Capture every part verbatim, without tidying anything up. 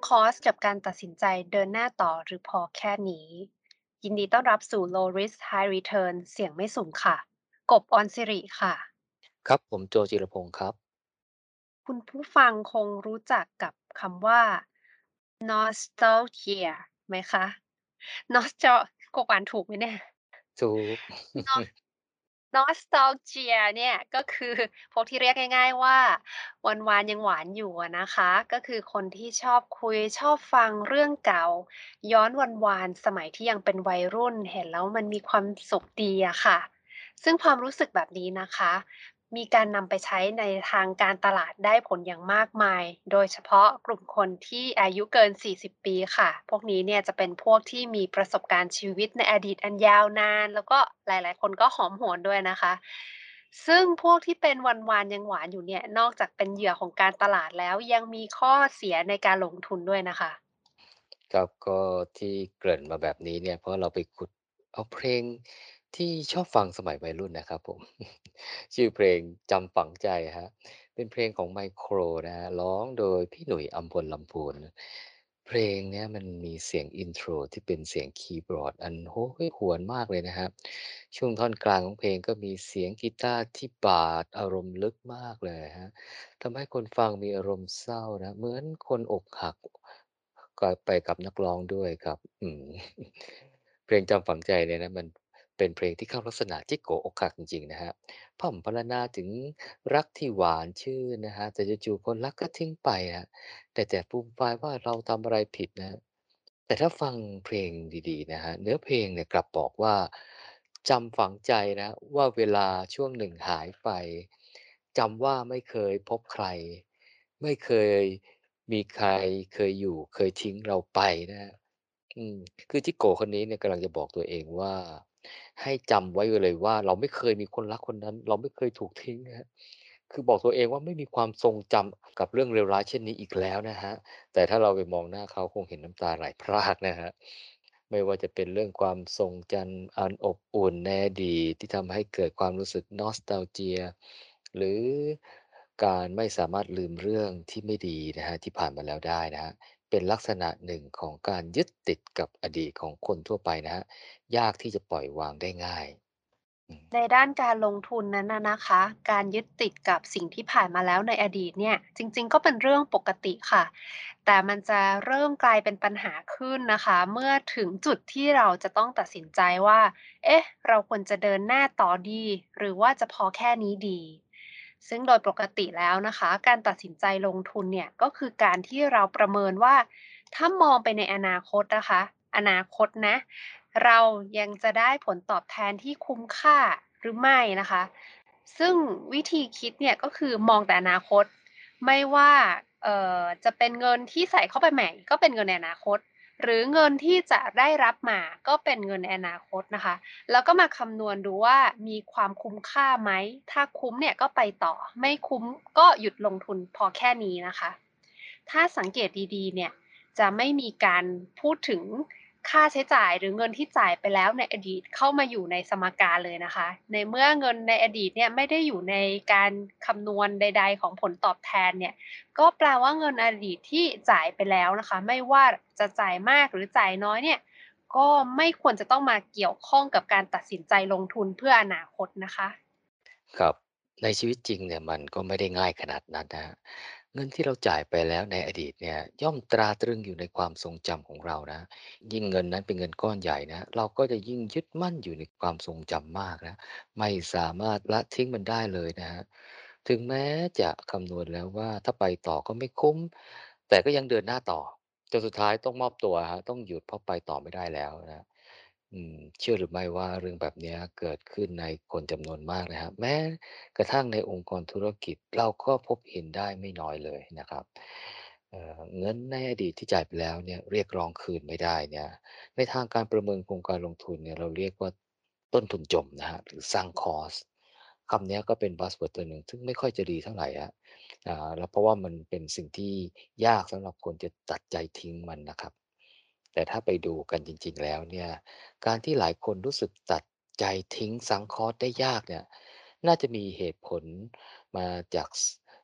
คอร์สกับการตัดสินใจเดินหน้าต่อหรือพอแค่นี้ยินดีต้อนรับสู่ Low Risk High Return เสี่ยงไม่สูงค่ะกบออนสิริค่ะครับผมโจจิรพงศ์ครับคุณผู้ฟังคงรู้จักกับคำว่า nostalgia ไหมคะ nostal กบอ่านถูกไหมเนี่ยถูก Nostalgia เนี่ยก็คือพวกที่เรียกง่ายๆว่าวันวานยังหวานอยู่อะนะคะก็คือคนที่ชอบคุยชอบฟังเรื่องเก่าย้อนวันวานสมัยที่ยังเป็นวัยรุ่นเห็นแล้วมันมีความสุขดีอะค่ะซึ่งความรู้สึกแบบนี้นะคะมีการนำไปใช้ในทางการตลาดได้ผลอย่างมากมายโดยเฉพาะกลุ่มคนที่อายุเกินสี่สิบปีค่ะพวกนี้เนี่ยจะเป็นพวกที่มีประสบการณ์ชีวิตในอดีตอันยาวนานแล้วก็หลายๆคนก็หอมหวนด้วยนะคะซึ่งพวกที่เป็นวันๆยังหวานอยู่เนี่ยนอกจากเป็นเหยื่อของการตลาดแล้วยังมีข้อเสียในการลงทุนด้วยนะคะครับก็ที่เกริ่นมาแบบนี้เนี่ยเพราะเราไปขุดเอาเพลงที่ชอบฟังสมัยวัยรุ่นนะครับผมชื่อเพลงจำฝังใจครับเป็นเพลงของไมโครนะครับร้องโดยพี่หนุ่ยอัมพลลำพูนเพลงเนี้ยมันมีเสียงอินโทรที่เป็นเสียงคีย์บอร์ดอันโหยหวนมากเลยนะครับช่วงท่อนกลางของเพลงก็มีเสียงกีตาร์ที่บาดอารมณ์ลึกมากเลยครับ ทำให้คนฟังมีอารมณ์เศร้านะเหมือนคนอกหักก็ไปกับนักร้องด้วยครับอืมเพลงจำฝังใจเนี่ยนะมันเป็นเพลงที่เข้าลักษณะจิโกอกหักจริงๆนะครับพร่ำพรรณนาถึงรักที่หวานชื่นนะครับแต่จู่ๆคนรักก็ทิ้งไปอะแต่แต่ฟูมฟายว่าเราทำอะไรผิดนะแต่ถ้าฟังเพลงดีๆนะครับเนื้อเพลงเนี่ยกลับบอกว่าจำฝังใจนะว่าเวลาช่วงหนึ่งหายไป จำว่าไม่เคยพบใครไม่เคยมีใครเคยอยู่เคยทิ้งเราไปนะครับอืมคือจิโกะคนนี้เนี่ยกำลังจะบอกตัวเองว่าให้จำไว้เลยว่าเราไม่เคยมีคนรักคนนั้นเราไม่เคยถูกทิ้งนะครับคือบอกตัวเองว่าไม่มีความทรงจำกับเรื่องเลวร้ายเช่นนี้อีกแล้วนะครับแต่ถ้าเราไปมองหน้าเขาคงเห็นน้ำตาไหลพรากนะครับไม่ว่าจะเป็นเรื่องความทรงจำอันอบอุ่นในอดีตที่ทำให้เกิดความรู้สึก Nostalgia หรือการไม่สามารถลืมเรื่องที่ไม่ดีนะครับที่ผ่านมาแล้วได้นะครับเป็นลักษณะหนึ่งของการยึดติดกับอดีตของคนทั่วไปนะครับยากที่จะปล่อยวางได้ง่ายอืมในด้านการลงทุนนั้นน่ะนะคะการยึดติดกับสิ่งที่ผ่านมาแล้วในอดีตเนี่ยจริงๆก็เป็นเรื่องปกติค่ะแต่มันจะเริ่มกลายเป็นปัญหาขึ้นนะคะเมื่อถึงจุดที่เราจะต้องตัดสินใจว่าเอ๊ะเราควรจะเดินหน้าต่อดีหรือว่าจะพอแค่นี้ดีซึ่งโดยปกติแล้วนะคะการตัดสินใจลงทุนเนี่ยก็คือการที่เราประเมินว่าถ้ามองไปในอนาคตนะคะอนาคตนะ เรายังจะได้ผลตอบแทนที่คุ้มค่าหรือไม่นะคะ ซึ่งวิธีคิดเนี่ยก็คือมองแต่อนาคตไม่ว่าเอ่อจะเป็นเงินที่ใส่เข้าไปใหม่ก็เป็นเงินในอนาคตหรือเงินที่จะได้รับมาก็เป็นเงินในอนาคตนะคะแล้วก็มาคำนวณดูว่ามีความคุ้มค่าไหมถ้าคุ้มเนี่ยก็ไปต่อไม่คุ้มก็หยุดลงทุนพอแค่นี้นะคะถ้าสังเกตดีๆเนี่ย จะไม่มีการพูดถึงค่าใช้จ่ายหรือเงินที่จ่ายไปแล้วในอดีตเข้ามาอยู่ในสมการเลยนะคะในเมื่อเงินในอดีตเนี่ยไม่ได้อยู่ในการคำนวณใดๆของผลตอบแทนเนี่ยก็แปลว่าเงินอดีตที่จ่ายไปแล้วนะคะไม่ว่าจะจ่ายมากหรือจ่ายน้อยเนี่ยก็ไม่ควรจะต้องมาเกี่ยวข้องกับการตัดสินใจลงทุนเพื่ออนาคตนะคะครับในชีวิตจริงเนี่ยมันก็ไม่ได้ง่ายขนาดนั้นนะครับเงินที่เราจ่ายไปแล้วในอดีตเนี่ยย่อมตราตรึงอยู่ในความทรงจำของเรานะยิ่งเงินนั้นเป็นเงินก้อนใหญ่นะเราก็จะยิ่งยึดมั่นอยู่ในความทรงจำมากนะไม่สามารถละทิ้งมันได้เลยนะครับถึงแม้จะคำนวณแล้วว่าถ้าไปต่อก็ไม่คุ้มแต่ก็ยังเดินหน้าต่อจนสุดท้ายต้องมอบตัวครับต้องหยุดเพราะไปต่อไม่ได้แล้วนะ อืมเชื่อหรือไม่ว่าเรื่องแบบเนี้ยเกิดขึ้นในคนจำนวนมากนะครับแม้กระทั่งในองค์กรธุรกิจเราก็พบเห็นได้ไม่น้อยเลยนะครับเอ่อเงินในอดีตที่จ่ายไปแล้วเนี่ยเรียกร้องคืนไม่ได้เนี่ยในทางการประเมินโครงการลงทุนเนี่ยเราเรียกว่าต้นทุนจมนะครับหรือ ซังค์ คอสต์ คำเนี้ยก็เป็น บัสเวิร์ด ตัวหนึ่งซึ่งไม่ค่อยจะดีเท่าไรครับอ่าแล้วเพราะว่ามันเป็นสิ่งที่ยากสำหรับคนจะตัดใจทิ้งมันนะครับแต่ถ้าไปดูกันจริงๆแล้วเนี่ย การที่หลายคนรู้สึกตัดใจทิ้งซังคอร์สได้ยากเนี่ยน่าจะมีเหตุผลมาจากส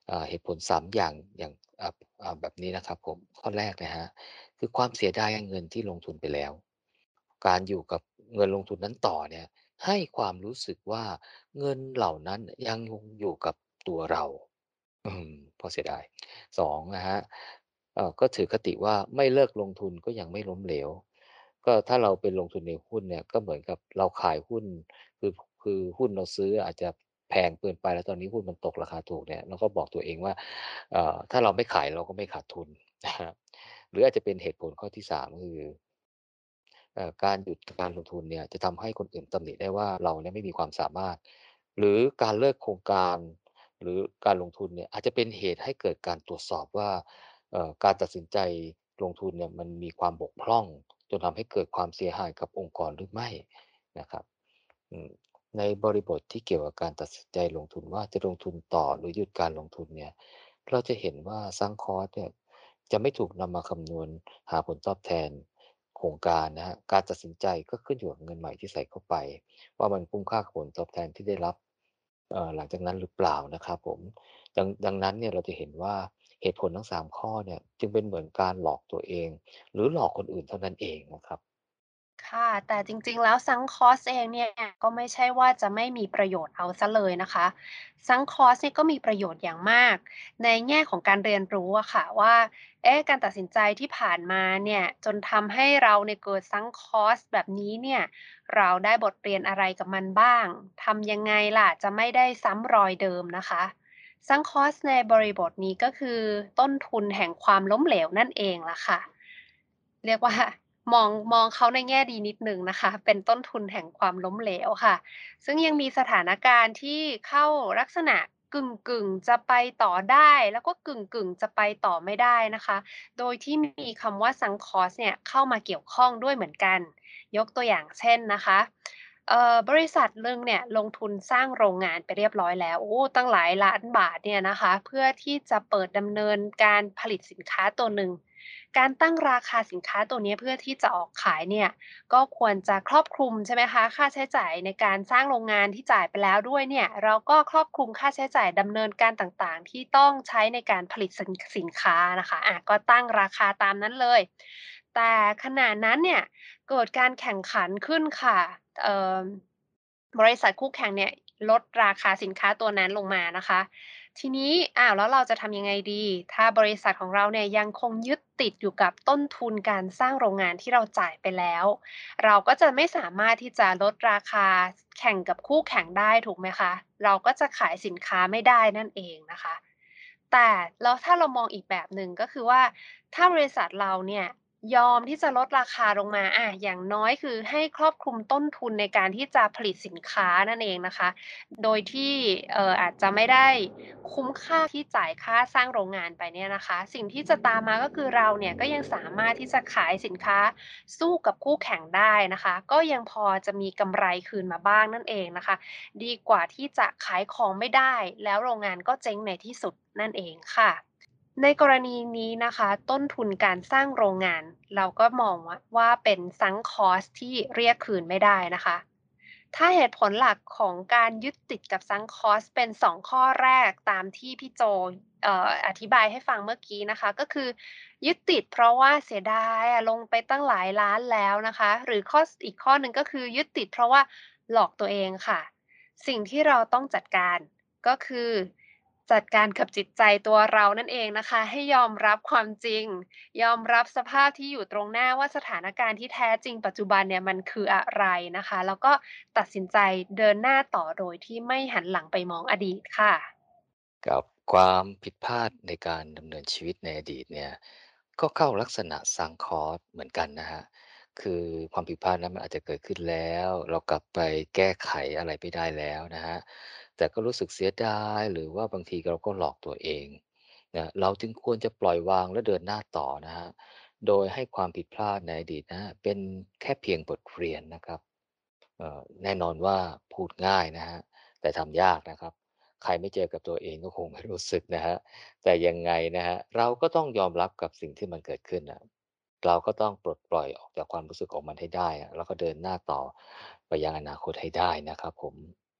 อ่าเหตุผลสามอย่างอย่างอ่าอ่าแบบนี้นะครับผมข้อแรกนะฮะคือความเสียดายเงินที่ลงทุนไปแล้วการอยู่กับเงินลงทุนนั้นต่อเนี่ยให้ความรู้สึกว่าเงินเหล่านั้นยังคงอยู่กับตัวเราอืมเพราะเสียดายสองนะฮะเอ่อก็ถือคติว่าไม่เลิกลงทุนก็ยังไม่ล้มเหลวก็ถ้าเราไปลงทุนในหุ้นเนี่ยก็เหมือนกับเราขายหุ้นคือคือหุ้นเราซื้ออาจจะแพงเกินไปแล้วตอนนี้หุ้นมันตกราคาถูกเนี่ยเราก็บอกตัวเองว่าเอ่อถ้าเราไม่ขายเราก็ไม่ขาดทุนนะครับหรืออาจจะเป็นเหตุผลข้อที่สามคือ เอ่อการหยุดการลงทุนเนี่ยจะทำให้คนอื่นตำหนิได้ว่าเราเนี่ยไม่มีความสามารถหรือการเลิกโครงการหรือการลงทุนเนี่ยอาจจะเป็นเหตุให้เกิดการตรวจสอบว่าเอ่อการตัดสินใจลงทุนเนี่ยมันมีความบกพร่องจนทำให้เกิดความเสียหายกับองค์กรหรือไม่นะครับอืมในบริบทที่เกี่ยวกับการตัดสินใจลงทุนว่าจะลงทุนต่อหรือหยุดการลงทุนเนี่ยเราจะเห็นว่า Sunk Cost เนี่ยจะไม่ถูกนำมาคำนวณหาผลตอบแทน โครงการนะครับการตัดสินใจก็ขึ้นอยู่กับเงินใหม่ที่ใส่เข้าไปว่ามันคุ้มค่ากับผลตอบแทนที่ได้รับเอ่อหลังจากนั้นหรือเปล่านะครับผมดังดังนั้นเนี่ยเราจะเห็นว่าเหตุผลทั้งสามข้อเนี่ยจึงเป็นเหมือนการหลอกตัวเองหรือหลอกคนอื่นเท่านั้นเองนะครับค่ะแต่จริงๆแล้ว Sunk Cost เองเนี่ยก็ไม่ใช่ว่าจะไม่มีประโยชน์เอาเสียเลยนะคะ Sunk Cost เนี่ยก็มีประโยชน์อย่างมากในแง่ของการเรียนรู้อะค่ะว่าเอ๊ะการตัดสินใจที่ผ่านมาเนี่ยจนทำให้เราเนี่ยเกิด Sunk Cost แบบนี้เนี่ยเราได้บทเรียนอะไรกับมันบ้างทำยังไงล่ะจะไม่ได้ซ้ำรอยเดิมนะคะ Sunk Cost ในบริบทนี้ก็คือต้นทุนแห่งความล้มเหลวนั่นเองล่ะค่ะ เรียกว่ามองมองเขาในแง่ดีนิดหนึ่งนะคะเป็นต้นทุนแห่งความล้มเหลวค่ะซึ่งยังมีสถานการณ์ที่เข้าลักษณะกึ่งๆจะไปต่อได้แล้วก็กึ่งๆจะไปต่อไม่ได้นะคะโดยที่มีคำว่า Sunk Cost เนี่ยเข้ามาเกี่ยวข้องด้วยเหมือนกันยกตัวอย่างเช่นนะคะเอ่อบริษัทหนึ่งเนี่ยลงทุนสร้างโรงงานไปเรียบร้อยแล้วโอ้ตั้งหลายล้านบาทเนี่ยนะคะเพื่อที่จะเปิดดำเนินการผลิตสินค้าตัวหนึ่ง การตั้งราคาสินค้าตัวเนี้ยเพื่อที่จะออกขายเนี่ยก็ควรจะครอบคลุมใช่ไหมคะค่าใช้จ่ายในการสร้างโรงงานที่จ่ายไปแล้วด้วยเนี่ยเราก็ครอบคลุมค่าใช้จ่ายดำเนินการต่างๆที่ต้องใช้ในการผลิตสินสินค้านะคะอาก็ตั้งราคาตามนั้นเลยแต่ขณะนั้นเนี่ยเกิดการแข่งขันขึ้นค่ะเอ่อบริษัทคู่แข่งเนี่ยลดราคาสินค้าตัวนั้นลงมานะคะ ทีนี้อ้าวแล้วเราจะทำยังไงดี ถ้าบริษัทของเราเนี่ยยังคงยึดติดอยู่กับต้นทุนการสร้างโรงงานที่เราจ่ายไปแล้ว เราก็จะไม่สามารถที่จะลดราคาแข่งกับคู่แข่งได้ถูกไหมคะ เราก็จะขายสินค้าไม่ได้นั่นเองนะคะ แต่แล้วถ้าเรามองอีกแบบหนึ่งก็คือว่าถ้าบริษัทเราเนี่ยยอมที่จะลดราคาลงมาอะอย่างน้อยคือให้ครอบคลุมต้นทุนในการที่จะผลิตสินค้านั่นเองนะคะ โดยที่เอ่ออาจจะไม่ได้คุ้มค่าที่จ่ายค่าสร้างโรงงานไปเนี่ยนะคะสิ่งที่จะตามมาก็คือเราเนี่ยก็ยังสามารถที่จะขายสินค้าสู้กับคู่แข่งได้นะคะก็ยังพอจะมีกำไรคืนมาบ้างนั่นเองนะคะดีกว่าที่จะขายของไม่ได้แล้วโรงงานก็เจ๊งในที่สุดนั่นเองค่ะในกรณีนี้นะคะต้นทุนการสร้างโรงงานเราก็มองว่าว่าเป็น sunk cost ที่เรียกคืนไม่ได้นะคะ ถ้าเหตุผลหลักของการยึดติดกับ Sunk Cost เป็นสองข้อแรกตามที่พี่โจเอ่ออธิบายให้ฟังเมื่อกี้นะคะก็คือยึดติดเพราะว่าเสียดายอะลงไปตั้งหลายล้านแล้วนะคะหรือข้อสอีกข้อหนึ่งก็คือยึดติดเพราะว่าหลอกตัวเองค่ะสิ่งที่เราต้องจัดการก็คือจัดการกับจิตใจตัวเรานั่นเองนะคะให้ยอมรับความจริง ยอมรับสภาพที่อยู่ตรงหน้าว่าสถานการณ์ที่แท้จริงปัจจุบันเนี่ยมันคืออะไรนะคะแล้วก็ตัดสินใจเดินหน้าต่อโดยที่ไม่หันหลังไปมองอดีตค่ะกับความผิดพลาดในการดำเนินชีวิตในอดีตเนี่ยก็เข้าลักษณะ Sunk Cost เหมือนกันนะครับคือความผิดพลาดนั้นมันอาจจะเกิดขึ้นแล้วเรากลับไปแก้ไขอะไรไม่ได้แล้วนะครับแต่ก็รู้สึกเสียดายหรือว่าบางทีเราก็หลอกตัวเองนะเราจึงควรจะปล่อยวางและเดินหน้าต่อนะครับโดยให้ความผิดพลาดในอดีตนะครับเป็นแค่เพียงบทเรียนนะครับเอ่อแน่นอนว่าพูดง่ายนะครับแต่ทำยากนะครับใครไม่เจอกับตัวเองก็คงไม่รู้สึกนะครับแต่ยังไงนะครับเราก็ต้องยอมรับกับสิ่งที่มันเกิดขึ้นน่ะเราก็ต้องปลดปล่อยออกจากความรู้สึกของมันให้ได้อะแล้วก็เดินหน้าต่อไปยังอนาคตให้ได้นะครับผม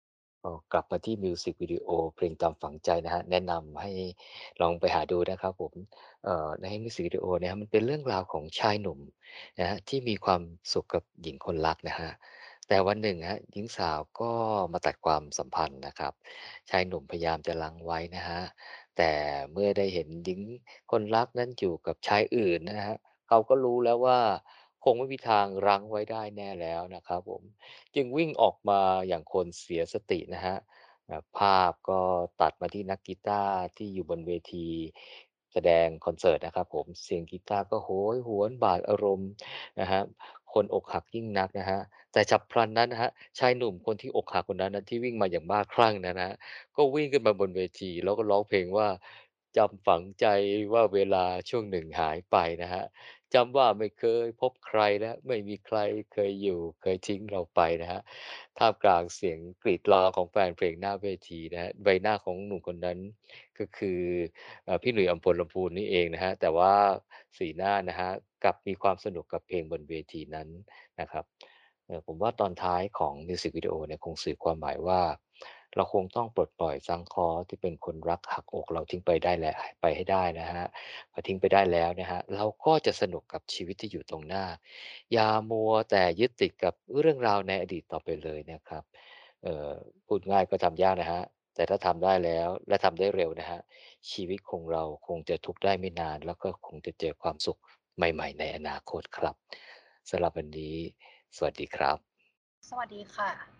ก็กลับมาที่มิวสิกวิดีโอเพลงตามฝังใจนะครับแนะนำให้ลองไปหาดูนะครับผมเอ่อในมิวสิกวิดีโอเนี่ยครับมันเป็นเรื่องราวของชายหนุ่มนะครับที่มีความสุขกับหญิงคนรักนะครับแต่วันหนึ่งครับหญิงสาวก็มาตัดความสัมพันธ์นะครับชายหนุ่มพยายามจะรั้งไว้นะครับแต่เมื่อได้เห็นหญิงคนรักนั้นอยู่กับชายอื่นนะครับเขาก็รู้แล้วว่าคงไม่มีทางรั้งไว้ได้แน่แล้วนะครับผม จึงวิ่งออกมาอย่างคนเสียสตินะครับแบบภาพก็ตัดมาที่นักกีตาร์ที่อยู่บนเวทีแสดงคอนเสิร์ตนะครับผมเสียงกีตาร์ก็โหยหวนบาดอารมณ์นะครับคนอกหักยิ่งนักนะครับแต่ฉับพลันนั้นนะครับชายหนุ่มคนที่อกหักคนนั้นนะที่วิ่งมาอย่างบ้าคลั่งนะนะครับก็วิ่งขึ้นมาบนเวทีแล้วก็ร้องเพลงว่าจำฝังใจว่าเวลาช่วงหนึ่งหายไปนะครับ จำว่าไม่เคยพบใครและไม่มีใครเคยอยู่เคยทิ้งเราไปนะครับท่ามกลางเสียงกรีดร้องของแฟนเพลงหน้าเวทีนะครับใบหน้าของหนุ่มคนนั้นก็คือเอ่อพี่หนุ่ยอัมพลลำพูนนี่เองนะครับแต่ว่าสีหน้านะครับกลับมีความสนุกกับเพลงบนเวทีนั้นนะครับเอ่อผมว่าตอนท้ายของมิวสิกวิดีโอเนี่ยคงสื่อความหมายว่าเราคงต้องปลดปล่อยสังเคราะห์ที่เป็นคนรักหักอกเราทิ้งไปได้แล้วไปให้ได้นะครับ พอทิ้งไปได้แล้วนะฮะเราก็จะสนุกกับชีวิตที่อยู่ตรงหน้าอย่ามัวแต่ยึดติดกับเรื่องราวในอดีตต่อไปเลยนะครับเอ่อพูดง่ายก็ทำยากนะครับแต่ถ้าทำได้แล้วและทำได้เร็วนะครับชีวิตของเราคงจะทุกข์ได้ไม่นานแล้วก็คงจะเจอความสุขใหม่ๆในอนาคตครับสำหรับวันนี้สวัสดีครับสวัสดีค่ะ